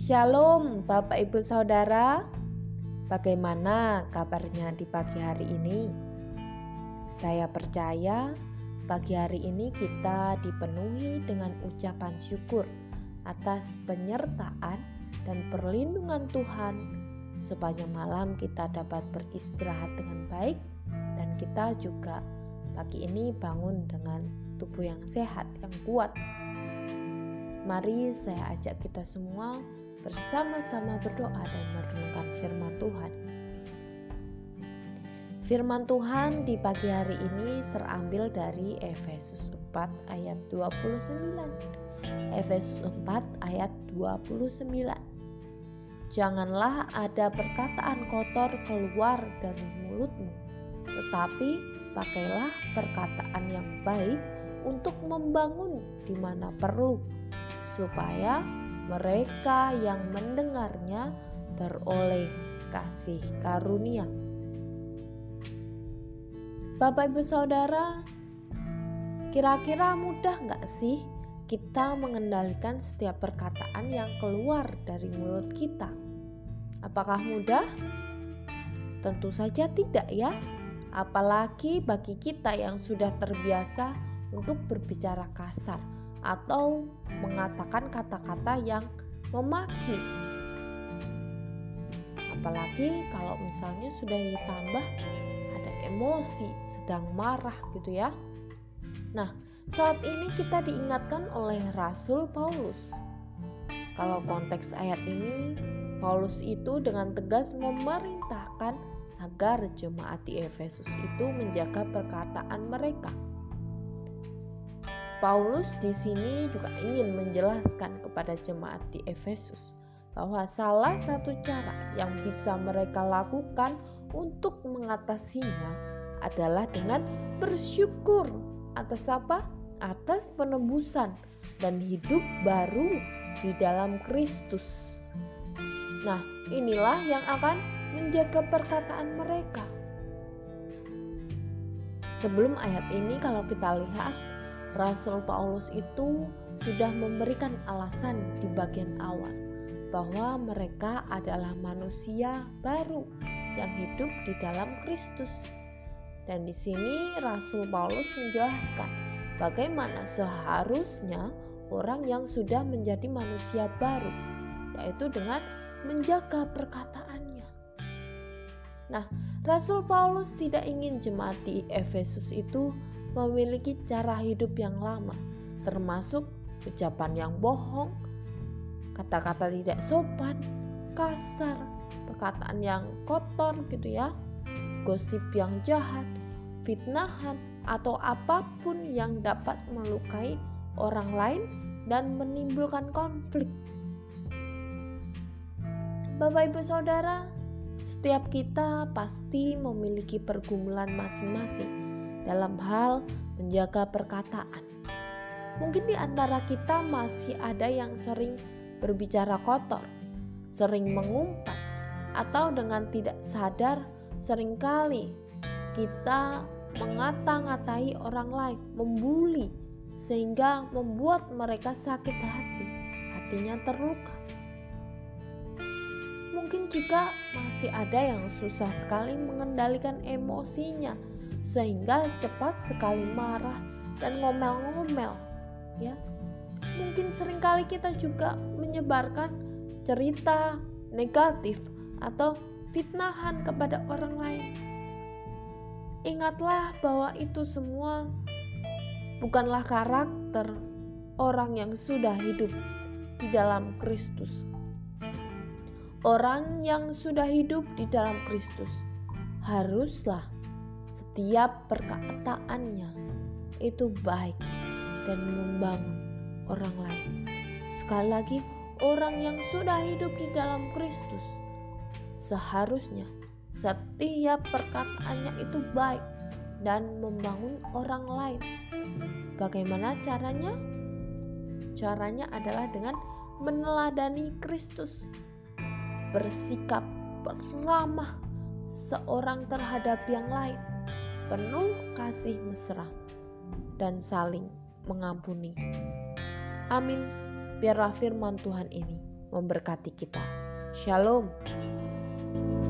Shalom Bapak Ibu Saudara, bagaimana kabarnya di pagi hari ini? Saya percaya pagi hari ini kita dipenuhi dengan ucapan syukur atas penyertaan dan perlindungan Tuhan, sepanjang malam kita dapat beristirahat dengan baik dan kita juga pagi ini bangun dengan tubuh yang sehat, yang kuat. Mari saya ajak kita semua bersama-sama berdoa dan merenungkan firman Tuhan. Firman Tuhan di pagi hari ini terambil dari Efesus 4 ayat 29. Efesus 4 ayat 29. Janganlah ada perkataan kotor keluar dari mulutmu, tetapi pakailah perkataan yang baik untuk membangun di mana perlu, supaya mereka yang mendengarnya beroleh kasih karunia. Bapak Ibu Saudara, kira-kira mudah gak sih kita mengendalikan setiap perkataan yang keluar dari mulut kita? Apakah mudah? Tentu saja tidak ya. Apalagi bagi kita yang sudah terbiasa untuk berbicara kasar atau mengatakan kata-kata yang memaki. Apalagi kalau misalnya sudah ditambah ada emosi, sedang marah gitu ya. Nah, saat ini kita diingatkan oleh Rasul Paulus. Kalau konteks ayat ini, Paulus itu dengan tegas memerintahkan agar jemaat di Efesus itu menjaga perkataan mereka. Paulus di sini juga ingin menjelaskan kepada jemaat di Efesus bahwa salah satu cara yang bisa mereka lakukan untuk mengatasinya adalah dengan bersyukur atas apa? Atas penebusan dan hidup baru di dalam Kristus. Nah, inilah yang akan menjaga perkataan mereka. Sebelum ayat ini kalau kita lihat, Rasul Paulus itu sudah memberikan alasan di bagian awal bahwa mereka adalah manusia baru yang hidup di dalam Kristus. Dan di sini Rasul Paulus menjelaskan bagaimana seharusnya orang yang sudah menjadi manusia baru, yaitu dengan menjaga perkataannya. Nah, Rasul Paulus tidak ingin jemaat di Efesus itu memiliki cara hidup yang lama, termasuk ucapan yang bohong, kata-kata tidak sopan, kasar, perkataan yang kotor gitu ya, gosip yang jahat, fitnahan, atau apapun yang dapat melukai orang lain dan menimbulkan konflik. Bapak Ibu Saudara, setiap kita pasti memiliki pergumulan masing-masing dalam hal menjaga perkataan. Mungkin di antara kita masih ada yang sering berbicara kotor, sering mengumpat, atau dengan tidak sadar seringkali kita mengata-ngatai orang lain, membuli, sehingga membuat mereka sakit hati, hatinya terluka. Mungkin juga masih ada yang susah sekali mengendalikan emosinya, sehingga cepat sekali marah dan ngomel-ngomel ya. Mungkin seringkali kita juga menyebarkan cerita negatif atau fitnahan kepada orang lain. Ingatlah bahwa itu semua bukanlah karakter orang yang sudah hidup di dalam Kristus. Orang yang sudah hidup di dalam Kristus haruslah setiap perkataannya itu baik dan membangun orang lain. Sekali lagi, orang yang sudah hidup di dalam Kristus seharusnya setiap perkataannya itu baik dan membangun orang lain. Bagaimana caranya? Caranya adalah dengan meneladani Kristus, bersikap ramah seorang terhadap yang lain, penuh kasih mesra, dan saling mengampuni. Amin. Biarlah firman Tuhan ini memberkati kita. Shalom.